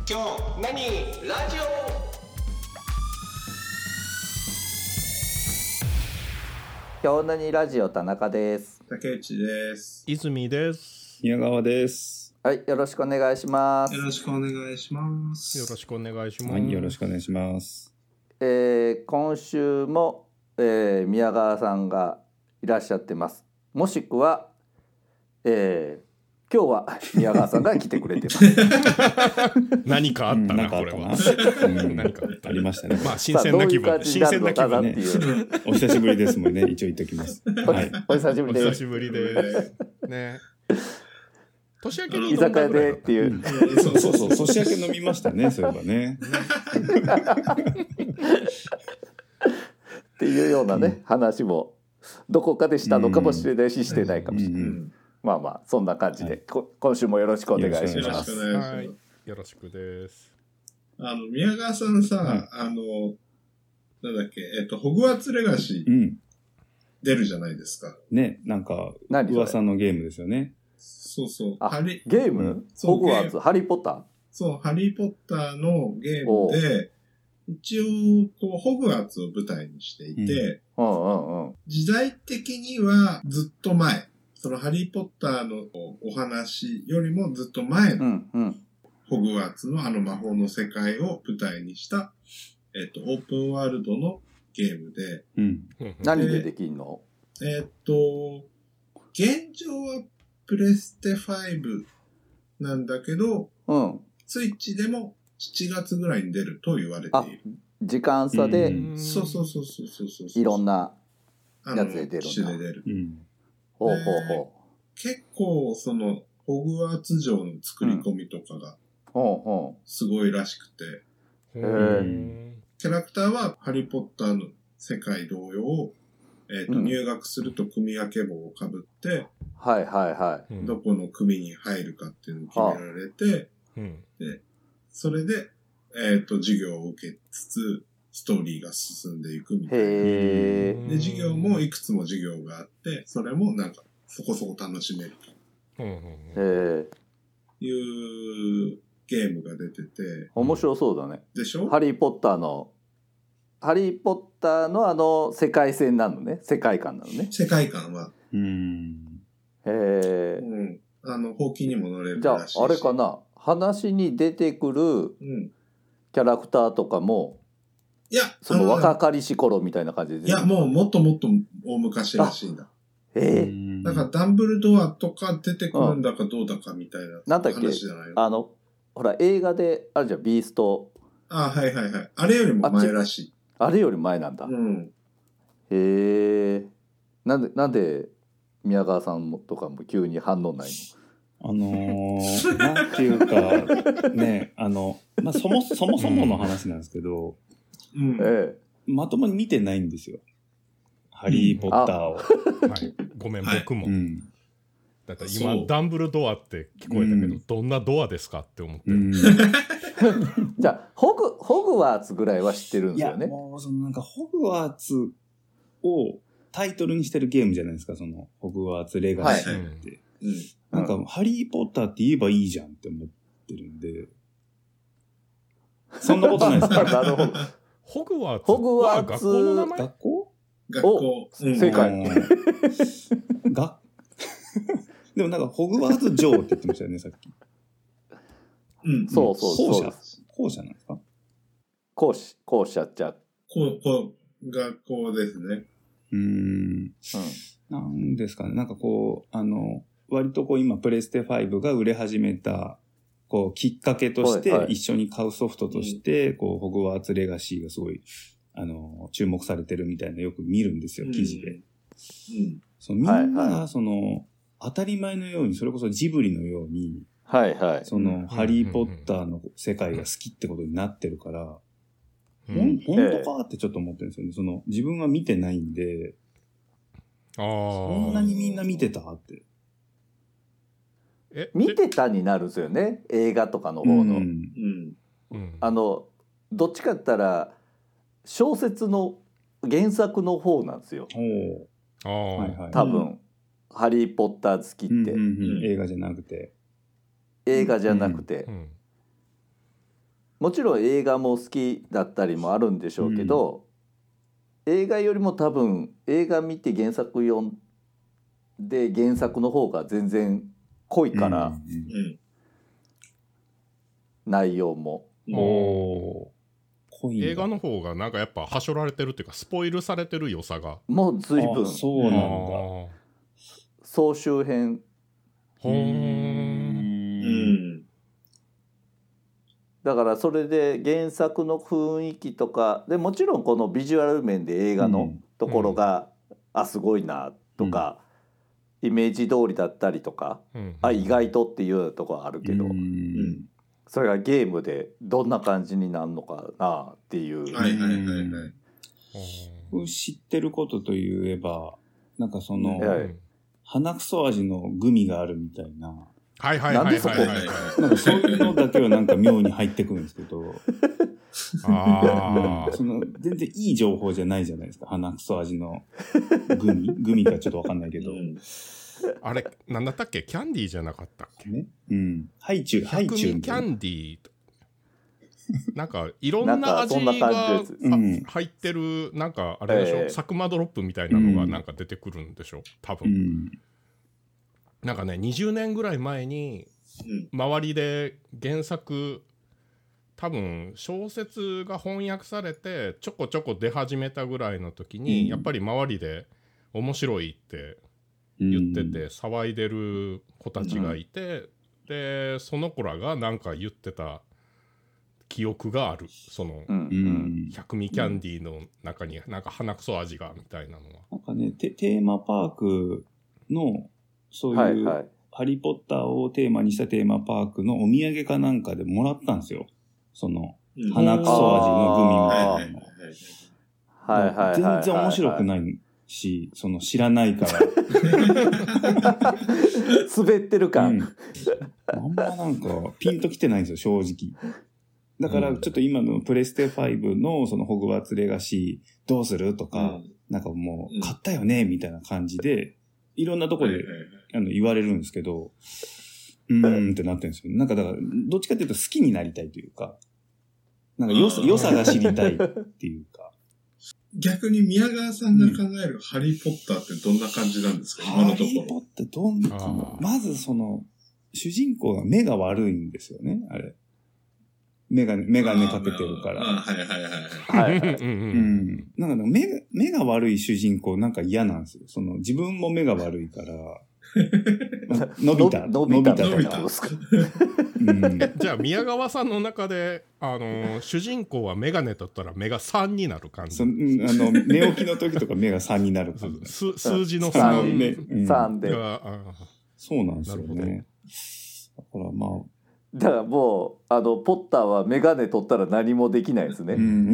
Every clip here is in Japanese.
今日何ラジオ。 今日何ラジオ田中です。 竹内です。 泉です。 宮川です。 はい、よろしくお願いします。 よろしくお願いします。 よろしくお願いします。 はい、よろしくお願いします。 今週も、宮川さんがいらっしゃってます。もしくは、今日は宮川さんが来てくれてます。 何かあったな、これは。 何かありましたね。 まあ新鮮な気分、新鮮な気分ね。 お久しぶりですもんね。一応言っておきます。はい、 お久しぶりです。 お久しぶりです。ね。年明けに居酒屋でっていう。 そう年明け飲みましたね。そういえばね。 っていうようなね、話もどこかでしたのかもしれないし、してないかもしれない。まあまあそんな感じで、今週もよろしくお願いします。 はい、よろしくです。 宮川さんさ、なんだっけ、ホグワーツレガシー出るじゃないですか。 ね、なんか噂のゲームですよね。 そうそう。 ゲーム？ホグワーツ、ハリーポッター？ そう、ハリーポッターのゲームで、一応こうホグワーツを舞台にしていて、時代的にはずっと前。そのハリーポッターのお話よりもずっと前のホグワーツの魔法の世界を舞台にした、オープンワールドのゲームで、 何でできんの？ 現状はプレステ5なんだけど、スイッチでも7月ぐらいに出ると言われている。 時間差で、 そう。 いろんなやつで出るんだ。 機種で出る。結構そのホグワーツ城の作り込みとかがすごいらしくて、キャラクターはハリーポッターの世界同様、入学すると組分け棒をかぶって、どこの組に入るかっていうのを決められて、でそれで、授業を受けつつストーリーが進んでいくみたいな。で、授業もいくつも授業があって、それもなんかそこそこ楽しめるというゲームが出てて。 面白そうだね。 でしょ？ ハリーポッターの世界線なのね。世界観なのね。 世界観は。ほうきにも乗れるらしいし。 じゃあ、あれかな。話に出てくるキャラクターとかも、その若かりし頃みたいな感じで。 いや、もうもっともっと大昔らしいんだ。だからダンブルドアとか出てくるんだかどうだかみたいな話じゃないの？ ほら映画であるじゃん、ビースト。 はい。あれよりも前らしい。 あれより前なんだ。なんで宮川さんとかも急に反応ないの？ なんていうかね、そもそもの話なんですけど、まともに見てないんですよ。ハリーポッターを。 ごめん、僕も。だって今ダンブルドアって聞こえたけど、どんなドアですかって思ってる。 じゃあホグワーツぐらいは知ってるんですよね。 いや、もうなんかホグワーツをタイトルにしてるゲームじゃないですか、そのホグワーツレガシーって。なんかハリーポッターって言えばいいじゃんって思ってるんで。そんなことないですか？ なるほど。 ホグワーツ学校の名前？ 学校。 正解。 でもなんかホグワーツ城って言ってましたよね、さっき。 そう。 校舎なんですか？ 校舎じゃ。 学校ですね。 なんですかね。なんかこう、割とこう今プレステ5が売れ始めた、こうきっかけとして、一緒に買うソフトとして、こう、ホグワーツレガシーがすごい、注目されてるみたいなよく見るんですよ、記事で。みんなが、当たり前のように、それこそジブリのように、ハリーポッターの世界が好きってことになってるから、本当かってちょっと思ってるんですよね。自分は見てないんで、そんなにみんな見てたって。 見てたになるんですよね、映画とかの方の。どっちかって言ったら小説の原作の方なんですよ。多分、ハリーポッター好きって、 映画じゃなくて。 もちろん映画も好きだったりもあるんでしょうけど、映画よりも多分映画見て原作読んで原作の方が全然濃いから、内容も。 映画の方がなんかやっぱはしょられてるっていうかスポイルされてる良さがもう随分。 そうなんだ。 総集編。だからそれで原作の雰囲気とかでもちろんこのビジュアル面で映画のところが、すごいなとか、イメージ通りだったりとか、意外とっていうところはあるけど、それがゲームでどんな感じになるのかなっていう。 知ってることといえばなんかその、鼻くそ味のグミがあるみたいな。 なんでそこなんかそういうのだけはなんか妙に入ってくるんですけどその全然いい情報じゃないじゃないですか。鼻くそ味のグミかちょっとわかんないけどあれなんだったっけ、キャンディーじゃなかったっけね。 ハイチュウキャンディーなんかいろんな味が入ってるなんかあれでしょ、サクマドロップみたいなのがなんか出てくるんでしょ多分。なんかね20年ぐらい前に周りで原作多分小説が翻訳されてちょこちょこ出始めたぐらいの時に、やっぱり周りで面白いって言ってて騒いでる子たちがいて、でその子らがなんか言ってた記憶がある。その百味キャンディーの中になんか鼻くそ味がみたいなのはなんかねテーマパークのそういう、ハリーポッターをテーマにしたテーマパークのお土産かなんかでもらったんですよ。その、鼻くそ味のグミみたいなの。全然面白くないし、その知らないから。 滑ってる感。 あんまなんかピンときてないんですよ、正直。だからちょっと今のプレステ5のそのホグワーツレガシーどうするとか、なんかもう買ったよねみたいな感じで、いろんなとこで言われるんですけど、ってなってるんですよ。なんかだから、どっちかっていうと好きになりたいというか、なんか良さが知りたいっていうか。 逆に宮川さんが考えるハリーポッターってどんな感じなんですか、今のところ。ハリーポッターどんなかな。まずその、主人公が目が悪いんですよね、あれ。メガネかけてるから。なんか目が悪い主人公なんか嫌なんですよ。その自分も目が悪いから。伸びたですか。 じゃあ宮川さんの中で主人公はメガネ取ったら目が3になる感じ。 寝起きの時とか目が3になる感じ。 数字の3 で。 そうなんですよね。だからまあ。 だからもうポッターはメガネ取ったら何もできないですね。 ま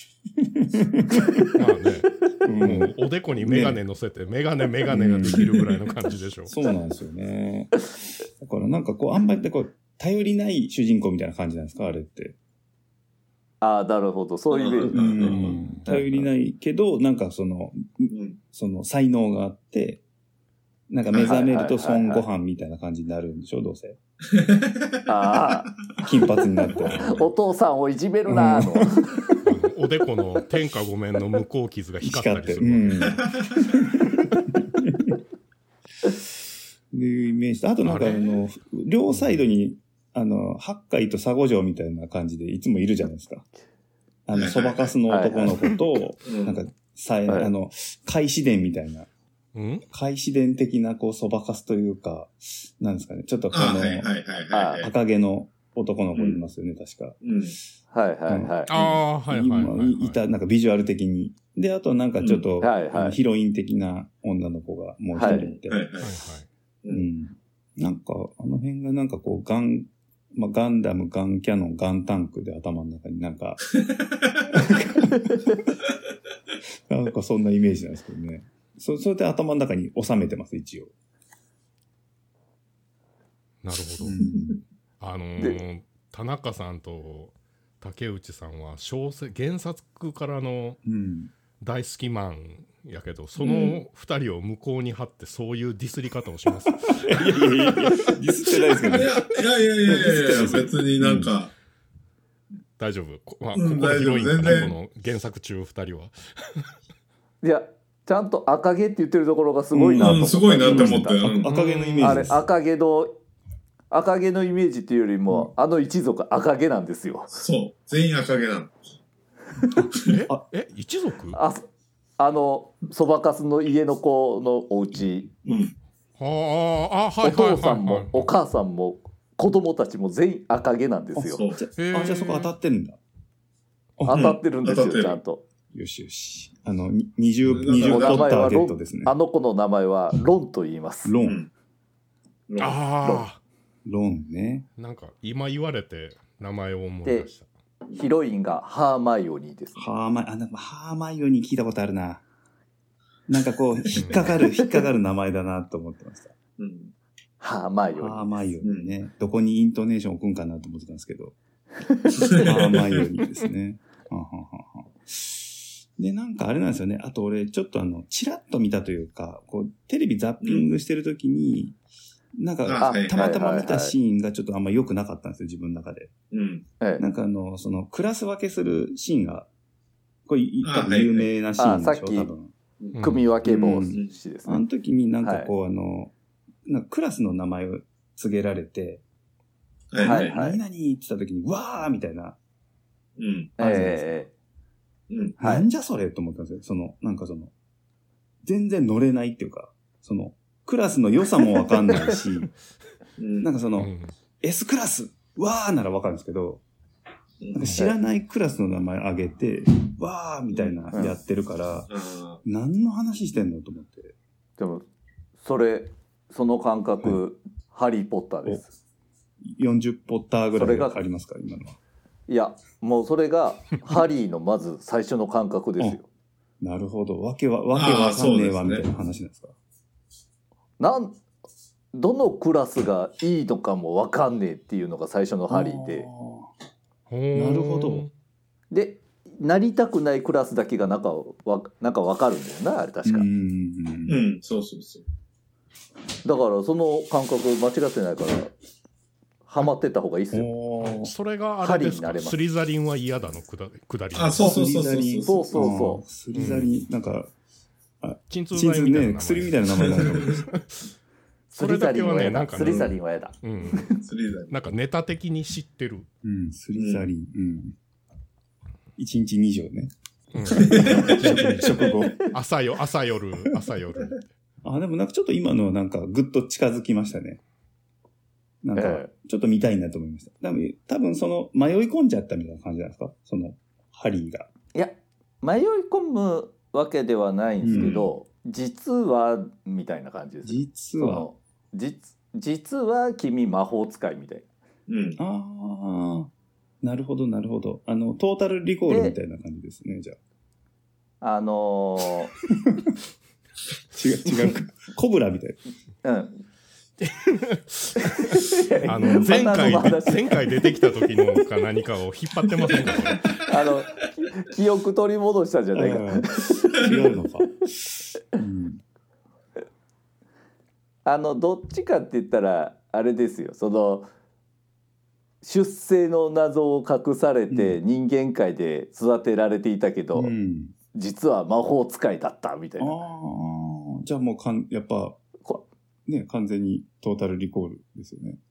あね、もうおでこにメガネ乗せて、メガネができるぐらいの感じでしょ。 そうなんですよね。だからなんかこうあんまりこう頼りない主人公みたいな感じなんですか、あれって。 なるほど、そういうイメージなんですね。 頼りないけどなんかその才能があってなんか目覚めると孫悟飯みたいな感じになるんでしょ、どうせ。金髪になってお父さんをいじめるなの、 おでこの天下御免の向こう傷が光ったりするっていうイメージ。あとなんか両サイドに八海と佐護城みたいな感じでいつもいるじゃないですか。そばかすの男の子となんか開始伝みたいな。開始伝的なこうそばかすというか、なんですかね、ちょっと赤毛の男の子いますよね、確か。いた、なんかビジュアル的に。で、あとなんかちょっと、ヒロイン的な女の子がもう一人いて。なんか、あの辺がなんかこう、ガンダム、ガンキャノン、ガンタンクで頭の中になんか、なんかそんなイメージなんですけどね。それで頭の中に収めてます、一応。 なるほど。田中さんと竹内さんは原作からの大好きマンやけど、その二人を向こうに貼ってそういうディスり方をします。 いや、ディスってないですけどね。 いや、別になんか、 大丈夫。まあ、心広いんかな、この原作中2人は。 いや、ちゃんと赤毛って言ってるところがすごいなと思って。 すごいなって思った。 赤毛のイメージです。 あれ、赤毛のイメージっていうよりも、あの一族赤毛なんですよ。 そう。全員赤毛なの。 一族？ そばかすの家の子のお家。 うん。 お父さんもお母さんも子供たちも全員赤毛なんですよ。 じゃあそこ当たってるんだ。 当たってるんですよ、ちゃんと。 よしよし。20ポッターゲットですね。 あの子の名前はロンと言います。 ロン。 ロンね。 なんか今言われて名前を思い出した。 ヒロインがハーマイオニーです、ね。 ハーマイオニー聞いたことあるな。なんかこう、引っかかる名前だなと思ってました。 うん、ハーマイオニー。 ハーマイオニーね。どこにイントネーション置くんかなと思ってたんですけど。ハーマイオニーですね。で、なんかあれなんですよね。あと俺、ちょっとチラッと見たというか、こう、テレビザッピングしてるときに、なんか、たまたま見たシーンがちょっとあんま良くなかったんですよ、自分の中で。 うん。 なんかその、クラス分けするシーンが、これ、多分有名なシーンでしょ、多分。 組分け帽子ですね。 あの時になんかこう、なんかクラスの名前を告げられて、何々って言った時に、わーみたいな。 うん。 なんじゃそれと思ったんですよ。全然乗れないっていうか、クラスの良さもわかんないし、なんかS クラス、わーならわかるんですけど、なんか知らないクラスの名前あげて、わーみたいなやってるから、何の話してんのと思って。 でも、その感覚、ハリーポッターです。 40ポッターぐらいありますか、今のは。 いや、もうそれが、ハリーのまず最初の感覚ですよ。 なるほど。わけわかんねえわ、みたいな話なんですか。 どのクラスがいいのかもわかんねえっていうのが最初のハリーで。 なるほど。 で、なりたくないクラスだけがなんかわかるんだよな、あれ確か。 そうそうそう。 だからその感覚間違ってないから、ハマってた方がいいっすよ。 それがあれですか、スリザリンは嫌だのくだり。 そう。 スリザリン、なんか、 鎮痛剤みたいな名前。 薬みたいな名前なんだそれだけはね、なんかスリザリンは嫌だ。 なんかネタ的に知ってる。 スリザリン。1日2錠ね。食後。 朝夜。 でもなんかちょっと今のなんかぐっと近づきましたね。なんか、ちょっと見たいなと思いました。多分迷い込んじゃったみたいな感じなんですか？ハリーが。 いや、迷い込むわけではないんですけど、実は、みたいな感じです。実は君魔法使いみたいな。なるほど、なるほど。トータルリコールみたいな感じですね、じゃあ。違うか。コブラみたいな。 前回出てきた時のか何かを引っ張ってませんか？ 記憶取り戻したじゃないか。 違うのか。 どっちかって言ったらあれですよ。出生の謎を隠されて人間界で育てられていたけど、実は魔法使いだったみたいな。 じゃあもうやっぱね、完全にトータルリコールですよね。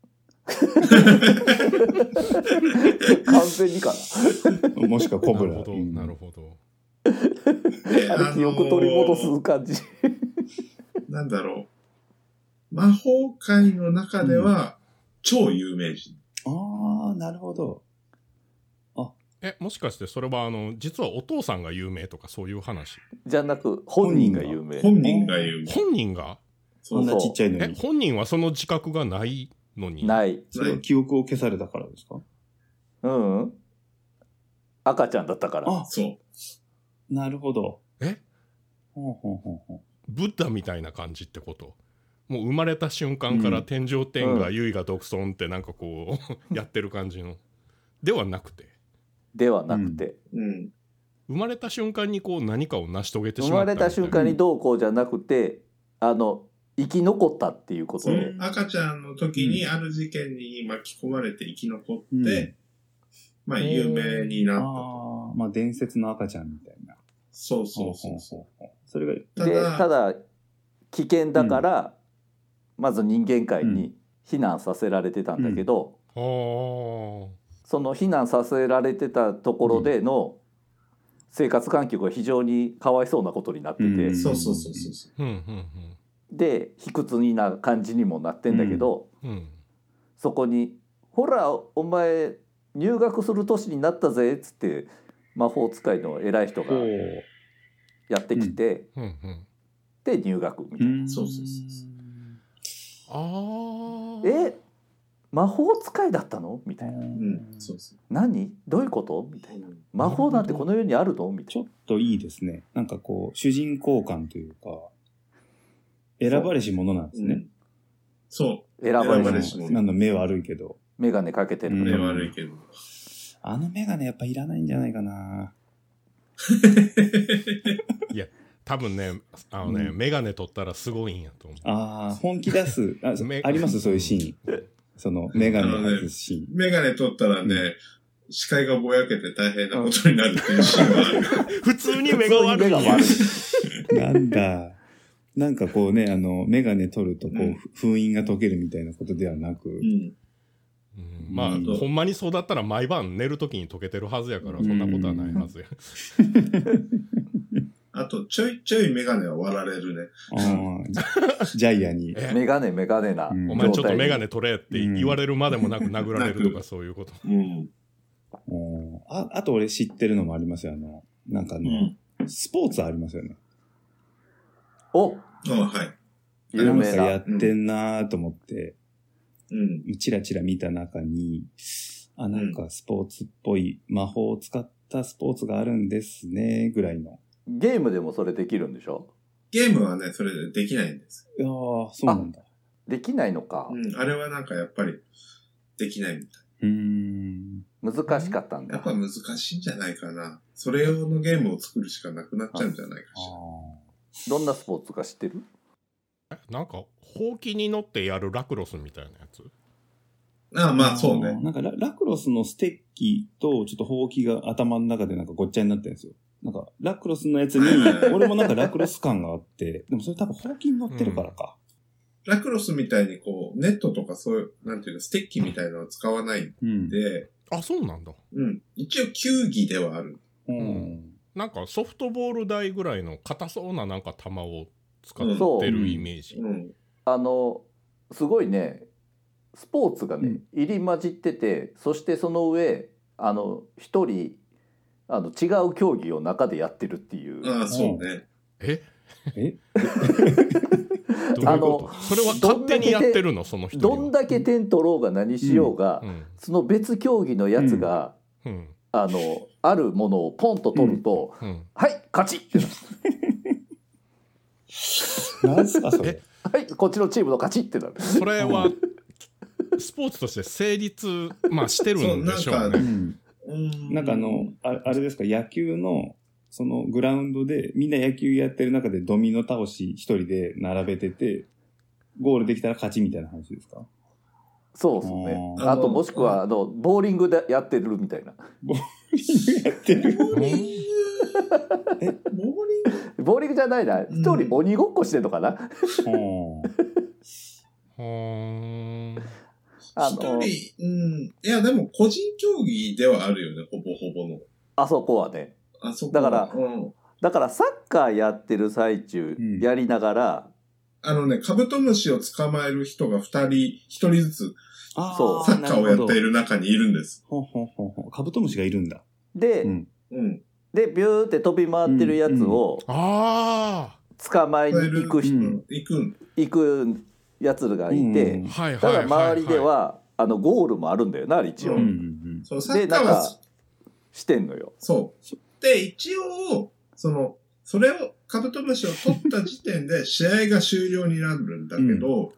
完全にかな。もしくはコブラ。 なるほど。 記憶取り戻す感じ。 なんだろう。魔法界の中では超有名人。 なるほど。 もしかしてそれは実はお父さんが有名とかそういう話じゃなく本人が有名。 本人が有名。 本人がそんなちっちゃいのに。 本人はその自覚がないのに。 ない。 それは記憶を消されたからですか？ 赤ちゃんだったから。 そう。 なるほど。 ブッダみたいな感じってこと？もう生まれた瞬間から天上天下、唯我独尊ってなんかこうやってる感じのではなくて。生まれた瞬間にこう何かを成し遂げてしまった。 生まれた瞬間にどうこうじゃなくて、生き残ったっていうことで。 赤ちゃんの時にある事件に巻き込まれて生き残って、 まあ有名になったと。 ああ、まあ伝説の赤ちゃんみたいな。 そう。 それがただ危険だから、まず人間界に避難させられてたんだけど、その避難させられてたところでの生活環境が非常にかわいそうなことになってて、 そう。 で卑屈な感じにもなってんだけど、そこにほらお前入学する年になったぜっつって魔法使いの偉い人がやってきて、で入学みたいな。 そう。 魔法使いだったのみたいな。何どういうことみたいな。魔法なんてこの世にあるのみたいな。 ちょっといいですね。なんかこう主人公感というか選ばれし者なんですね。 そう。 選ばれし者。 なんだ目悪いけど。 メガネかけてる。 目悪いけど。 あのメガネやっぱいらないんじゃないかな。 いや。多分ね、メガネ取ったらすごいんやと思う。 ああ、本気出す。ありますそういうシーン。その、メガネ外すシーン。 メガネ取ったらね、視界がぼやけて大変なことになるっていうシーンがある。 普通に目が悪い。 なんだ。なんかこうね、メガネ取るとこう、封印が解けるみたいなことではなく。 まあ、ほんまにそうだったら毎晩寝るときに解けてるはずやから、そんなことはないはずや。 あと、ちょいちょいメガネは割られるね。 ジャイアに。 メガネな。 お前ちょっとメガネ取れって言われるまでもなく殴られるとかそういうこと。 あと俺知ってるのもありますよ。なんかスポーツありますよね。 はい。 有名な。やってんなーと思って、チラチラ見た中に、なんかスポーツっぽい魔法を使ったスポーツがあるんですね、ぐらいの。 ゲームでもそれできるんでしょ？ ゲームはね、それでできないんです。 いやー、そうなんだ。 できないのか。 あれはなんかやっぱり、できないみたい。 難しかったんだ。 やっぱ難しいんじゃないかな。それ用のゲームを作るしかなくなっちゃうんじゃないかしら。どんなスポーツか知ってる？ なんか、ほうきに乗ってやるラクロスみたいなやつ？ まあそうね。 なんかラクロスのステッキとちょっとほうきが頭の中でなんかごっちゃになってるんですよ。なんか、ラクロスのやつに、俺もなんかラクロス感があって、でもそれ多分ほうきに乗ってるからか。 ラクロスみたいにこう、ネットとかそういう、なんていうの、ステッキみたいなのを使わないんで。 あ、そうなんだ。 一応球技ではある。 なんかソフトボール台ぐらいの硬そうななんか球を使ってるイメージ。 すごいね、スポーツがね、入り混じってて、そしてその上、一人、違う競技を中でやってるっていう。 そうね。 どういうこと？それは勝手にやってるの？その人どんだけ点取ろうが何しようが、その別競技のやつが、あるものをポンと取ると、はい勝ちってなる。 何すかそれ？ はい、こっちのチームの勝ちってなる。 それはスポーツとして成立、してるんでしょうね。 なんかあれですか、野球のそのグラウンドでみんな野球やってる中でドミノ倒し一人で並べててゴールできたら勝ちみたいな話ですか？ そうですね。あともしくはボーリングでやってるみたいな。 ボーリングやってる？ ボーリングじゃないな。一人鬼ごっこしてんのかな？ 一人、いやでも個人競技ではあるよね、ほぼほぼの。 あそこはね。だからサッカーやってる最中、やりながら、 カブトムシを捕まえる人が一人ずつ、サッカーをやっている中にいるんです。 カブトムシがいるんだ。 で、でビューって飛び回ってるやつを捕まえに行くやつがいて、ただ周りではゴールもあるんだよな一応。でなんかしてんのよ。 そうで一応それをカブトムシを取った時点で試合が終了になるんだけど、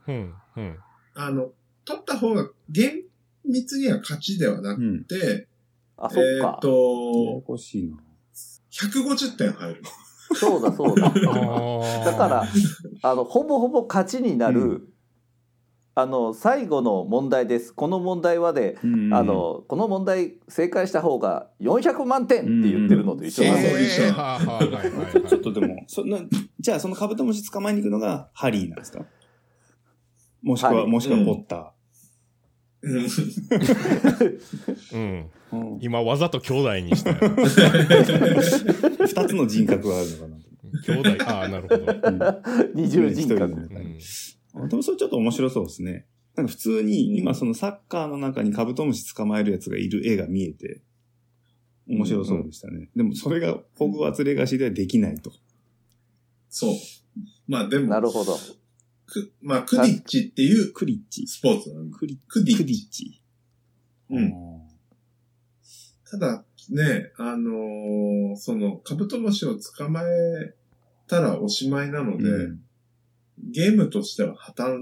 取った方が厳密には勝ちではなくて、150点入る。 そうだ。だからほぼほぼ勝ちになる、 最後の問題です。この問題はで、この問題正解した方が400万点って言ってるのと一緒なんですよ。 ちょっとでも、じゃあそのカブトムシ捕まえに行くのがハリーなんですか？もしくはポッター。今わざと兄弟にした。 2つの人格があるのかな。 兄弟、なるほど。 二重人格。 でもそれちょっと面白そうですね。なんか普通に今そのサッカーの中にカブトムシ捕まえるやつがいる絵が見えて、面白そうでしたね。でもそれがホグワーツレガシーではできないと。 そう。まあでも。 なるほど。 クディッチっていうスポーツなの。クディッチ。ただね、そのカブトムシを捕まえたらおしまいなので、ゲームとしては破綻。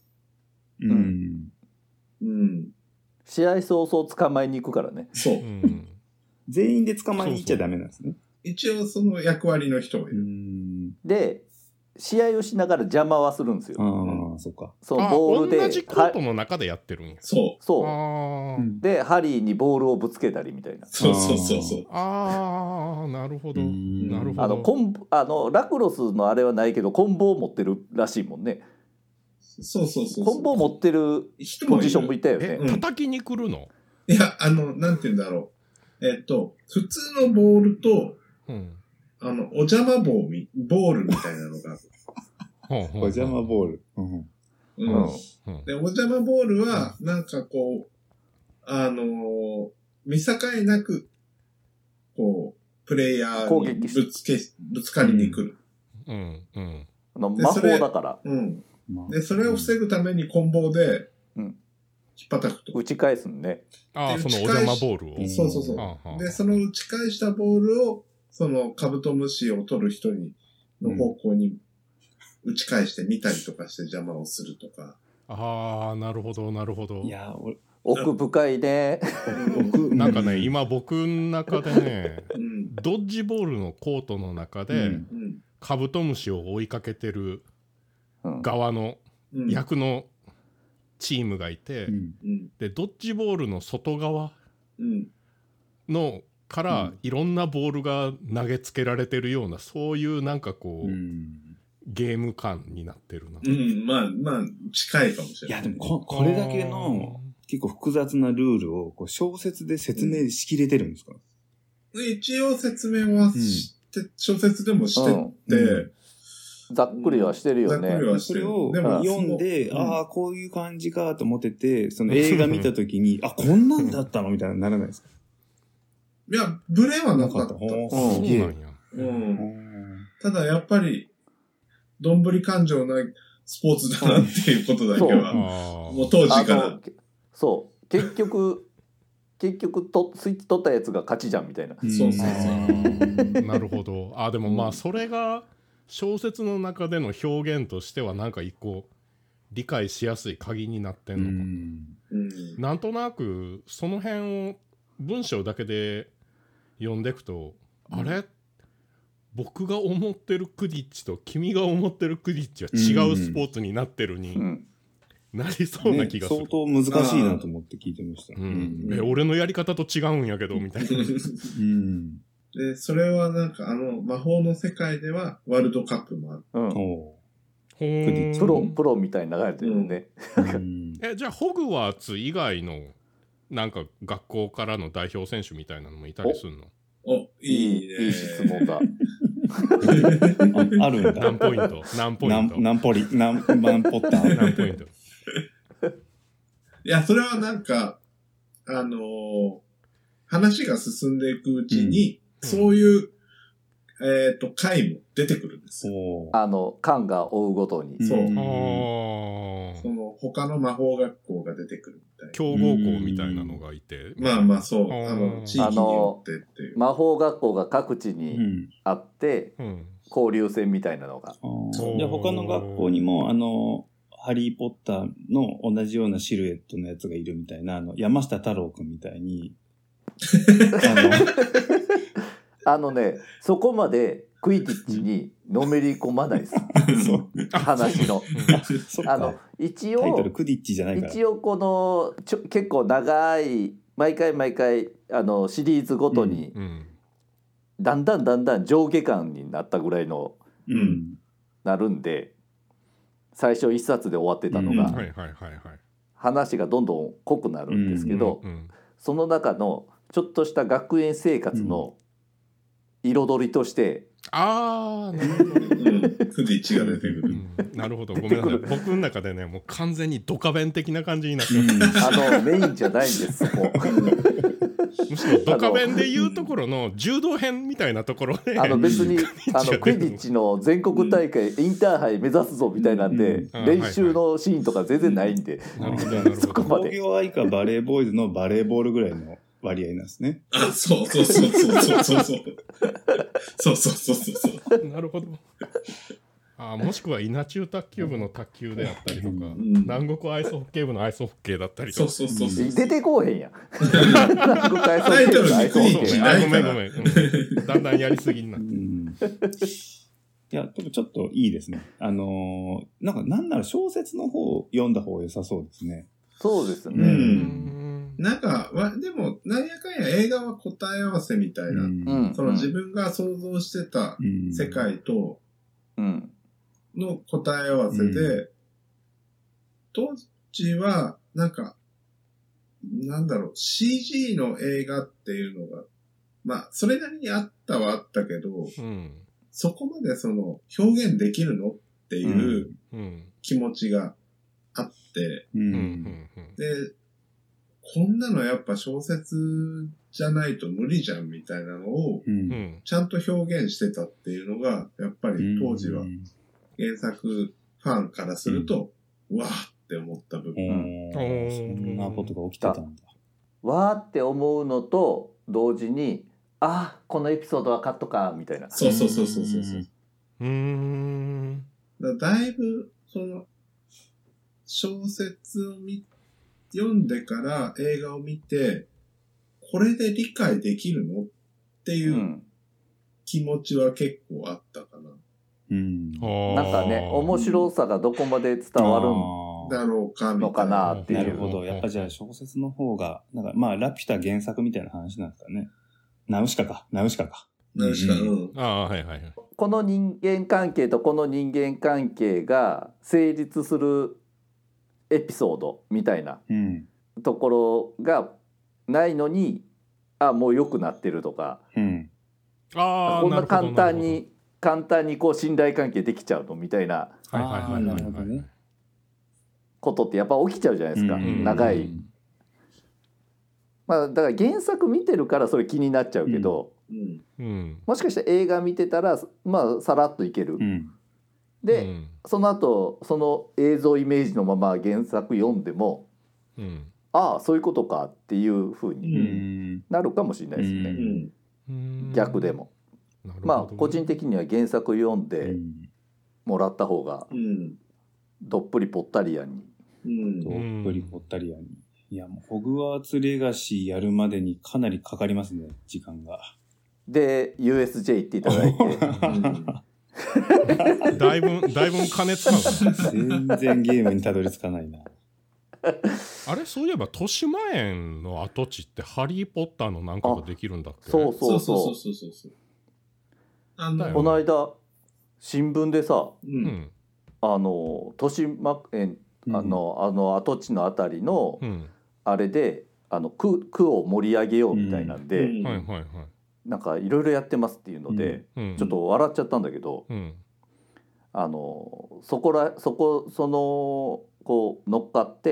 試合早々捕まえに行くからね。 そう。 全員で捕まえに行っちゃダメなんですね。 一応その役割の人がいる。 で、試合をしながら邪魔はするんですよ。 そうか。 そのボールで。 同じコートの中でやってるんや。 そう。 で、ハリーにボールをぶつけたりみたいな。 そう。 なるほど。なるほど。 ラクロスのあれはないけど、コンボを持ってるらしいもんね。 そう。 コンボを持ってるポジションもいたよね。 叩きに来るの？ いや、なんて言うんだろう。普通のボールと、お邪魔ボールみたいなのがある。 お邪魔ボール。 で、お邪魔ボールは、なんかこう、見境なく、こう、プレイヤーにぶつかりに来る。 魔法だから。 で、それを防ぐためにコンボで、引っ叩くと。 打ち返すんね。 そのお邪魔ボールを。 そう。で、その打ち返したボールを、そのカブトムシを取る人の方向に打ち返してみたりとかして邪魔をするとか。 なるほど。 いや、 奥深いね。 なんかね、今僕の中でね、ドッジボールのコートの中で、カブトムシを追いかけてる側の役のチームがいて、でドッジボールの外側のからいろんなボールが投げつけられてるような、そういうなんかこう、ゲーム感になってるな。 まあ近いかもしれない。 いやでもこれだけの結構複雑なルールをこう小説で説明しきれてるんですか？ 一応説明は小説でもしてて、 ざっくりはしてるよね。 それを読んで、こういう感じかと思ってて、その映画見たときに、こんなんだったのみたいなならないですか？ いや、ブレはなかった。 そうなんや。 ただやっぱり、どんぶり感情ないスポーツだなっていうことだけは、もう当時から。 そう。結局スイッチ取ったやつが勝ちじゃんみたいな。 そう。 なるほど。でもまあそれが小説の中での表現としてはなんか一個理解しやすい鍵になってんのか。なんとなくその辺を文章だけで読んでいくと、あれ僕が思ってるクディッチと君が思ってるクディッチは違うスポーツになってるになりそうな気がする。 相当難しいなと思って聞いてました。 俺のやり方と違うんやけどみたいな。 で、それはなんか魔法の世界ではワールドカップもある。 プロみたいに流れてるね。 じゃあホグワーツ以外のなんか学校からの代表選手みたいなのもいたりするの？ いい質問だ。 あるんだ。 何ポイント何ポッター何ポイントいや、それはなんか、話が進んでいくうちに、そういう、回も出てくるんですよ。 巻が追うごとに。 そう。その、他の魔法学校が出てくるみたいな。 強豪校みたいなのがいて。 まあそう。地域によってっていう。 魔法学校が各地にあって、交流戦みたいなのが。 じゃあ他の学校にも、ハリーポッターの同じようなシルエットのやつがいるみたいな、山下太郎くんみたいに、 そこまでクイディッチにのめり込まないです話の一応タイトルクディッチじゃないから一応この結構長い毎回シリーズごとにだんだん上下巻になったぐらいの、なるんで最初一冊で終わってたのが、話がどんどん濃くなるんですけど、その中のちょっとした学園生活の彩りとして、 なるほど、 クディッチが出てくる、 なるほど、ごめんなさい、僕の中でねもう完全にドカベン的な感じになってメインじゃないんですそこむしろドカベンでいうところの柔道編みたいなところで別にクイディッチの全国大会インターハイ目指すぞみたいなんで、練習のシーンとか全然ないんで、 そこまで工業愛かバレーボーイズのバレーボールぐらいの割合なんですね。 そうなるほど。もしくは稲中卓球部の卓球であったりとか、南国アイスホッケー部のアイスホッケーだったりとか。 出てこうへんやん。南国アイスホタイトルッケー部のアイスホッケー。 ごめん、だんだんやりすぎになって。 いや、でもちょっといいですね。なんなら小説の方読んだ方が良さそうですね。 そうですね。 なんかでもなんやかんや映画は答え合わせみたいな、その自分が想像してた世界との答え合わせで、当時はなんかCG の映画っていうのがそれなりにあったはあったけど、そこまでその表現できるのっていう気持ちがあって、でこんなのやっぱ小説じゃないと無理じゃんみたいなのをちゃんと表現してたっていうのがやっぱり当時は原作ファンからすると、わーって思った部分。 そんなことが起きてたんだ。 わーって思うのと同時に、このエピソードはカットかみたいな。 そう。だいぶその小説を読んでから映画を見て、これで理解できるのっていう気持ちは結構あったかな。 なんかね、面白さがどこまで伝わるだろうかのかなっていう。 なるほど。やっぱじゃあ小説の方が、なんかラピュタ原作みたいな話なんですかね。ナウシカか。 この人間関係とこの人間関係が成立するエピソードみたいなところがないのに、もう良くなってるとか、こんな簡単にこう信頼関係できちゃうのみたいなことってやっぱ起きちゃうじゃないですか、長い。だから原作見てるからそれ気になっちゃうけど、もしかして映画見てたらさらっといける。で、その後その映像イメージのまま原作読んでも、そういうことかっていう風になるかもしれないですね。逆でも。個人的には原作読んでもらった方がどっぷりぽったりやに。 どっぷりぽったりやに。いや、もうホグワーツレガシーやるまでにかなりかかりますね、時間が。 で USJ 行っていただいて。 だいぶ金使う。 全然ゲームにたどり着かないな。 あれ、そういえば豊島園の跡地ってハリーポッターのなんかができるんだっけ？ そう。この間新聞でさ、豊島園跡地のあたりのあれで区を盛り上げようみたいなんで、なんかいろいろやってますっていうので、ちょっと笑っちゃったんだけど、そのこう乗っかって、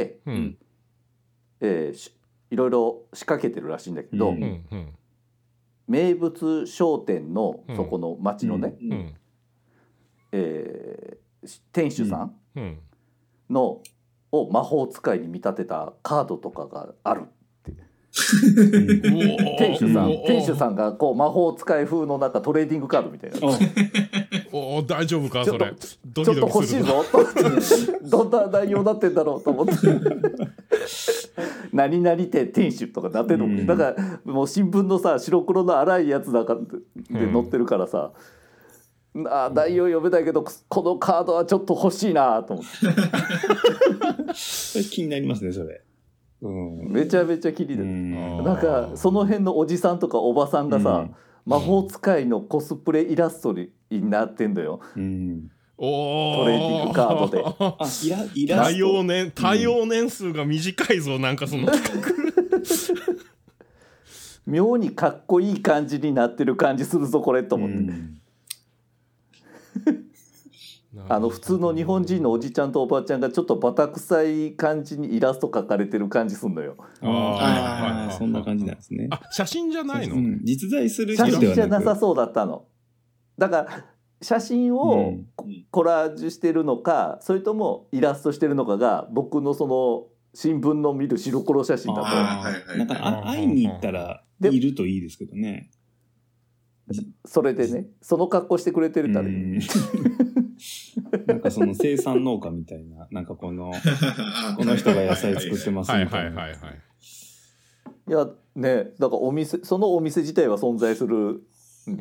いろいろ仕掛けてるらしいんだけど、名物商店のそこの町のね、店主さんのを魔法使いに見立てたカードとかがあるって。 店主さんがこう魔法使い風のなんかトレーディングカードみたいな。 お大丈夫かそれ。 ちょっと欲しいぞと思ってどんな内容になってんだろうと思って何々店店主とかなってるの、だからもう新聞のさ白黒の粗いやつだからで載ってるからさ、内容読めないけどこのカードはちょっと欲しいなと思ってそれ気になりますねそれ。 めちゃめちゃ気になる。なんかその辺のおじさんとかおばさんがさ、魔法使いのコスプレイラストになってんだよ、トレーディングカードで。 対応年数が短いぞなんかその企画妙にかっこいい感じになってる感じするぞこれと思って、普通の日本人のおじちゃんとおばちゃんがちょっとバタ臭い感じにイラスト描かれてる感じすんのよ。 そんな感じなんですね。 写真じゃないの？ 実在する人ではなく。 写真じゃなさそうだったの。だから写真をコラージュしてるのか、それともイラストしてるのかが僕のその新聞の見る白黒写真だと。 なんか会いに行ったらいるといいですけどね。 それでね、その格好してくれてるたらいい。 なんかその生産農家みたいな、なんかこの人が野菜作ってますみたいな。いやね、だからそのお店自体は存在するし、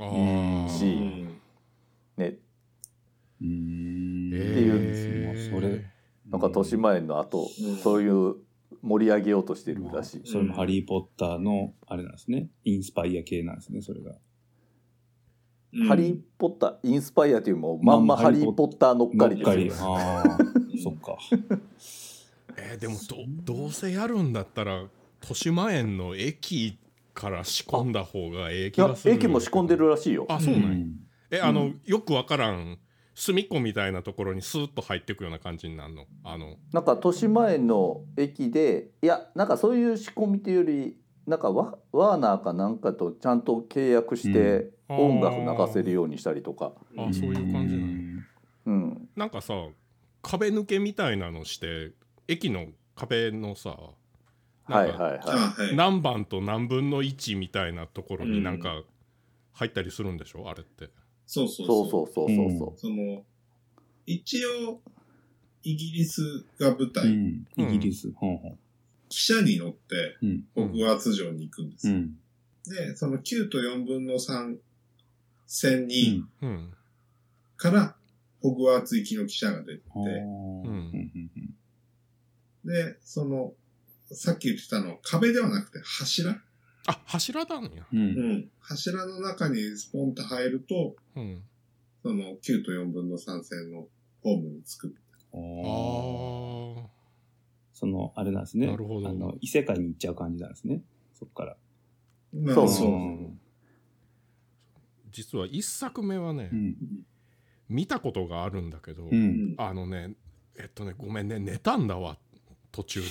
ね。っていう、それなんか豊島園の後、そういう盛り上げようとしてるらしい。 それもハリーポッターのあれなんですね。インスパイア系なんですね、それが。 ハリーポッターインスパイアというもまんまハリーポッター乗っかりですよ。 そっか。 でもどうせやるんだったら豊島園の駅から仕込んだ方が気がする。 駅も仕込んでるらしいよ。 そうなんや。よくわからん隅っこみたいなところにスーッと入っていくような感じになるの。 なんか豊島園の駅でなんかそういう仕込みというよりなんかワーナーかなんかとちゃんと契約して音楽流せるようにしたりとか。 そういう感じなの。なんかさ壁抜けみたいなのして駅の壁のさ何番と何分の1みたいなところになんか入ったりするんでしょあれって。 そうその一応イギリスが舞台、 イギリス、 汽車に乗ってホグワーツ城に行くんですよ。でその9と4分の3線に、からホグワーツ行きの汽車が出て、でそのさっき言ってたの壁ではなくて柱。 柱だんや。 柱の中にスポンと入ると、その9と4分の3線のホームに着く。 そのあれなんですね。 なるほど。 異世界に行っちゃう感じなんですね。そっから。 そう。 実は一作目はね、見たことがあるんだけど、ごめんね寝たんだわ。途中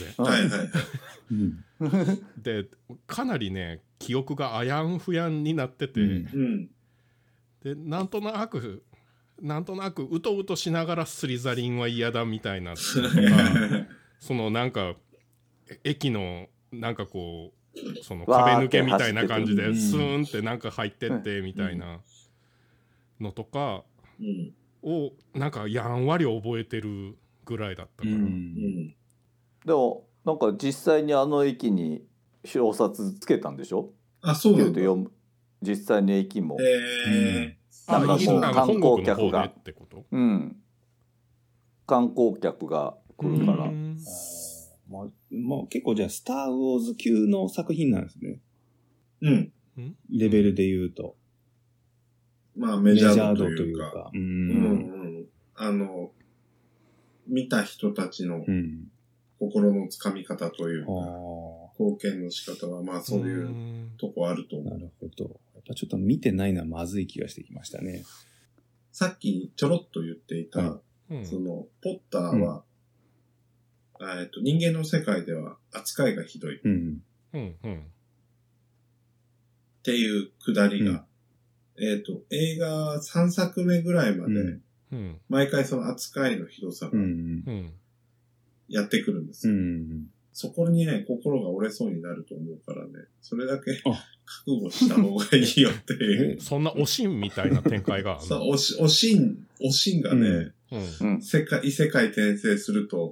ででかなりね記憶があやんふやんになってて、でなんとなくうとうとしながらスリザリンは嫌だみたいなとかそのなんか駅のなんかこうその壁抜けみたいな感じでスーンってなんか入ってってみたいなのとかをなんかやんわり覚えてるぐらいだったから。 でもなんか実際にあの駅に表札つけたんでしょ？ そうなんだ。 実際に駅も。 なんかもう観光客が観光客が来るから。 結構じゃあスター・ウォーズ級の作品なんですね。レベルで言うと。 メジャー度というか。見た人たちの心のつかみ方というか、貢献の仕方はそういうとこあると思う。 なるほど。やっぱちょっと見てないのはまずい気がしてきましたね。 さっきちょろっと言っていた、そのポッターは、人間の世界では扱いがひどいっていうくだりが、映画3作目ぐらいまで、毎回その扱いのひどさがやってくるんですよ。 そこにね、心が折れそうになると思うからね、それだけ覚悟した方がいいよっていう。 そんなおしんみたいな展開があるの？ そう、おしんがね、異世界転生すると、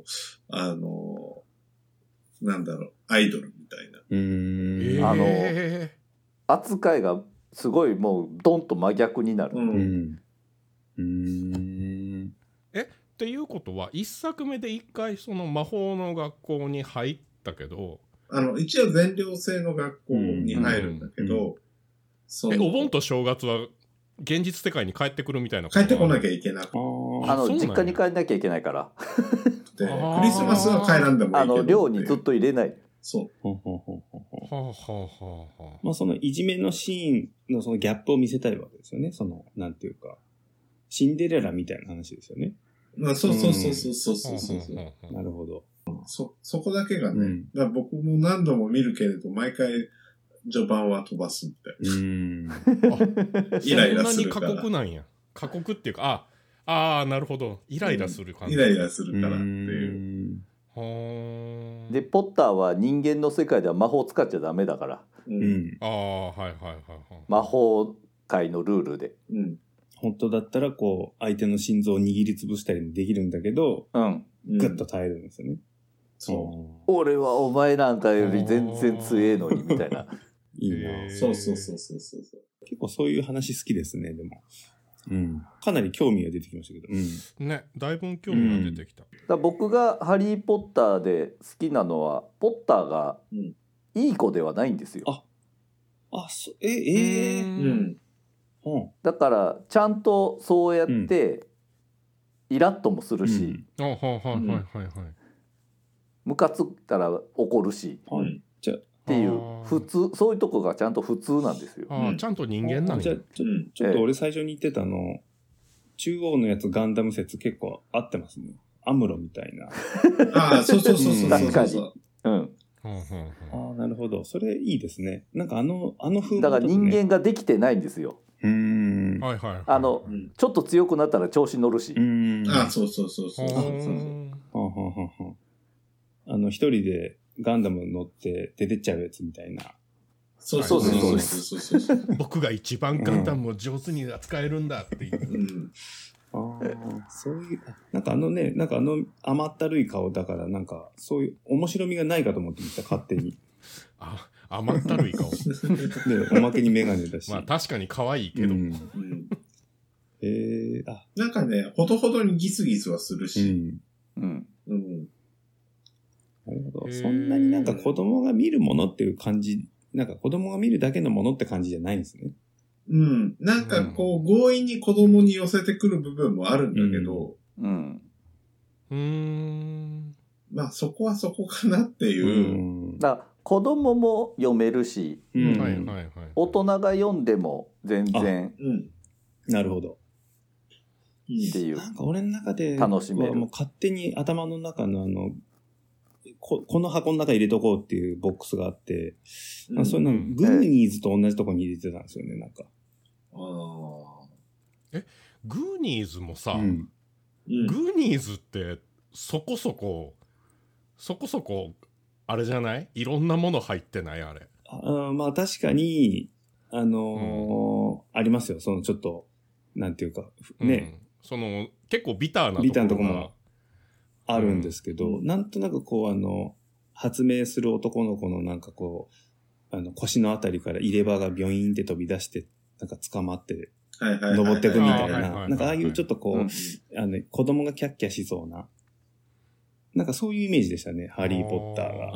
なんだろう、アイドルみたいな。扱いがすごいもうドンと真逆になる。 っていうことは一作目で一回その魔法の学校に入ったけど、 一応全寮制の学校に入るんだけど、 お盆と正月は現実世界に帰ってくるみたいなこと？帰ってこなきゃいけなくて、 実家に帰んなきゃいけないからでクリスマスは帰らんでもいいけど寮にずっと入れない。 そう。 まあそのいじめのシーンのそのギャップを見せたいわけですよね。そのなんていうかシンデレラみたいな話ですよね。 まあそう。 なるほど。 そこだけがね、だから僕も何度も見るけれど毎回序盤は飛ばすみたいな。イライラするから。 そんなに過酷なんや。過酷っていうか、なるほど。イライラする感じ。 イライラするからっていう。 でポッターは人間の世界では魔法使っちゃダメだから。魔法界のルールで。 本当だったらこう相手の心臓を握りつぶしたりもできるんだけど、グッと耐えるんですよね。 俺はお前なんかより全然強えのにみたいな。 いいな。 そう。 結構そういう話好きですね、でも。かなり興味が出てきましたけど。 ね、だいぶ興味が出てきた。 だ僕がハリー・ポッターで好きなのは、ポッターがいい子ではないんですよ。だからちゃんとそうやってイラッともするし、ムカつったら怒るし、っていう普通、そういうとこがちゃんと普通なんですよ。 ちゃんと人間なんじゃちょっと俺最初に言ってた中央のやつガンダム説結構合ってますね。アムロみたいな。 そう。 確かに。 なるほど。それいいですね。なんか風だから人間ができてないんですよ。ちょっと強くなったら調子乗るし。 そう。 一人でガンダム乗って出てっちゃうやつみたいな。 そう。 僕が一番ガンダムを上手に扱えるんだっていう。 そういう、なんか甘ったるい顔だからなんかそういう面白みがないかと思ってました、勝手に。 甘ったるい顔。 で、おまけにメガネだし。 まあ確かに可愛いけど。 なんかね、ほどほどにギスギスはするし。 なるほど。そんなになんか子供が見るものっていう感じ、なんか子供が見るだけのものって感じじゃないんですね。 なんかこう、強引に子供に寄せてくる部分もあるんだけど、まあそこはそこかなっていう。 だから子供も読めるし、大人が読んでも全然、 なるほど。 っていう。 なんか俺の中で楽しめる。 もう勝手に頭の中のこの箱の中に入れとこうっていうボックスがあって、そういうのグーニーズと同じとこに入れてたんですよね、なんか。 グーニーズもさ、グーニーズってそこそこあれじゃない？いろんなもの入ってないあれ。 まあ確かにありますよ。そのちょっとなんていうかね、 結構ビターなところもあるんですけど、なんとなくこう発明する男の子のなんかこう腰のあたりから入れ歯がビョイーンって飛び出してなんか捕まって登ってくみたいな、なんかああいうちょっとこう子供がキャッキャしそうな。なんかそういうイメージでしたね、ハリー・ポッターが。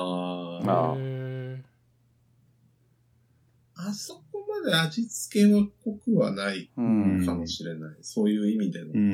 あそこまで味付けは濃くはないかもしれない。そういう意味での。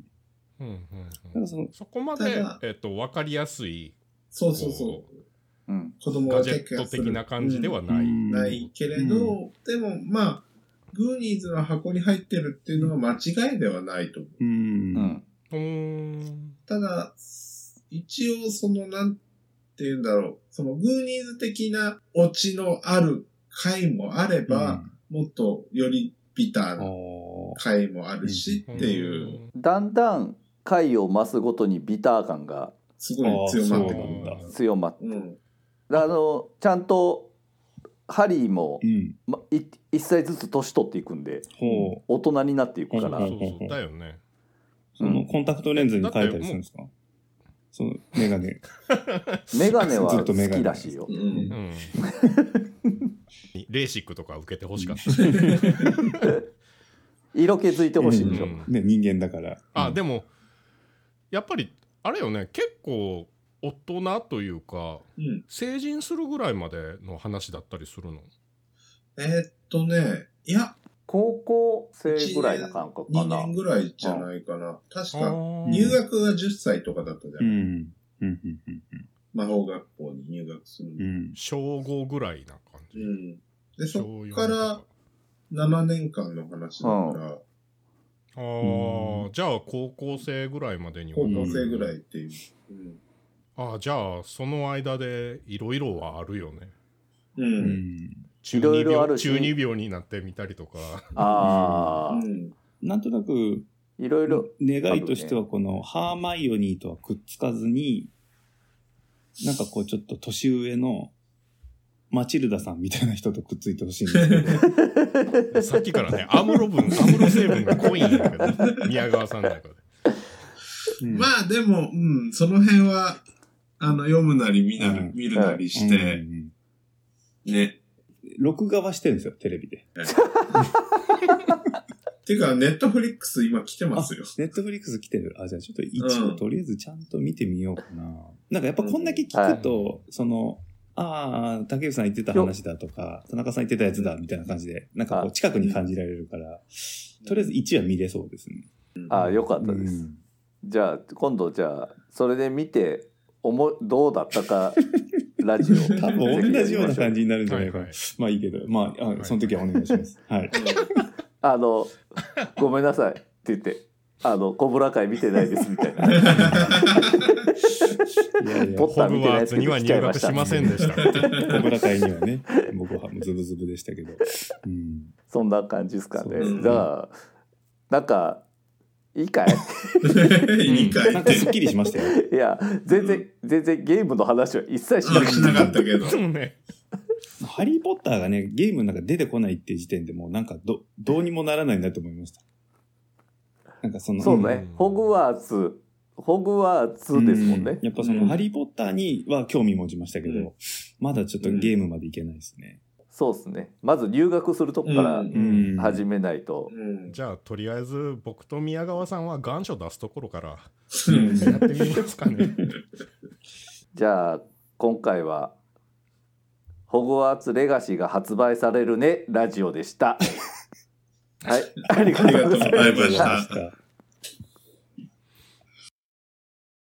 そこまで、わかりやすい。 そう。 子供がガジェット的な感じではない。 ないけれど、でもまあ、グーニーズの箱に入ってるっていうのは間違いではないと思う。ただ、一応なんて言うんだろう、そのグーニーズ的なオチのある回もあれば、もっとよりビターな回もあるしっていう。 だんだん回を増すごとにビター感がすごい強まってくるんだ。 強まって、ちゃんとハリーも、1歳ずつ年取っていくんで、大人になっていくから。 そうだよね。 そのコンタクトレンズに変えたりするんですか？そのメガネ。 メガネは好きらしいよ。 レーシックとか受けてほしかった。 色気づいてほしいでしょ。 ね、人間だから。 あ、でもやっぱりあれよね、結構大人というか、成人するぐらいまでの話だったりするの？ いや、 高校生ぐらいな感覚かな。 2年ぐらいじゃないかな。確か入学が10歳とかだったじゃない。魔法学校に入学する、 小5ぐらいな感じ。 でそっから7年間の話だから、 じゃあ高校生ぐらいまでに高校生ぐらいっていう、 じゃあその間でいろいろはあるよね。 いろいろあるし、 中二病になってみたりとか。 なんとなくいろいろ願いとしてはこのハーマイオニーとはくっつかずに、なんかこうちょっと年上のマチルダさんみたいな人とくっついてほしいんですけど。 さっきからね、アムロ成分が濃いんだけど、宮川さんの中で。 まあでも、その辺は読むなり見るなりして、ね。 録画はしてるんですよ、テレビで。 ていうか、ネットフリックス今来てますよ。 ネットフリックス来てる。じゃあちょっと一応とりあえずちゃんと見てみようかな。なんかやっぱこんだけ聞くと、竹内さん言ってた話だとか、田中さん言ってたやつだみたいな感じで、なんかこう近くに感じられるから、とりあえず1話見れそうですね。 よかったです。じゃあ今度それで見てどうだったかラジオ多分同じような感じになるんじゃないかな。まあいいけど、その時はお願いします。はい。 ごめんなさいって言って、コブラ会見てないですみたいな。 ホグワーツには入学しませんでした。 コブラ会にはね、僕はズブズブでしたけど。 そんな感じですかね。じゃあ、なんか、いいかいいいかいなんかすっきりしましたよ。 いや、全然ゲームの話は一切しなかったけど。 ハリーポッターがね、ゲームの中出てこないっていう時点でもうなんかどうにもならないなと思いました。なんかそうね、ホグワーツですもんね。 やっぱそのハリーポッターには興味持ちましたけど、まだちょっとゲームまでいけないですね。 そうですね。まず入学するとこから始めないと。 じゃあとりあえず僕と宮川さんは願書出すところからやってみますかね。 じゃあ今回はホグワーツレガシーが発売されるねラジオでした。はい、ありがとうございました。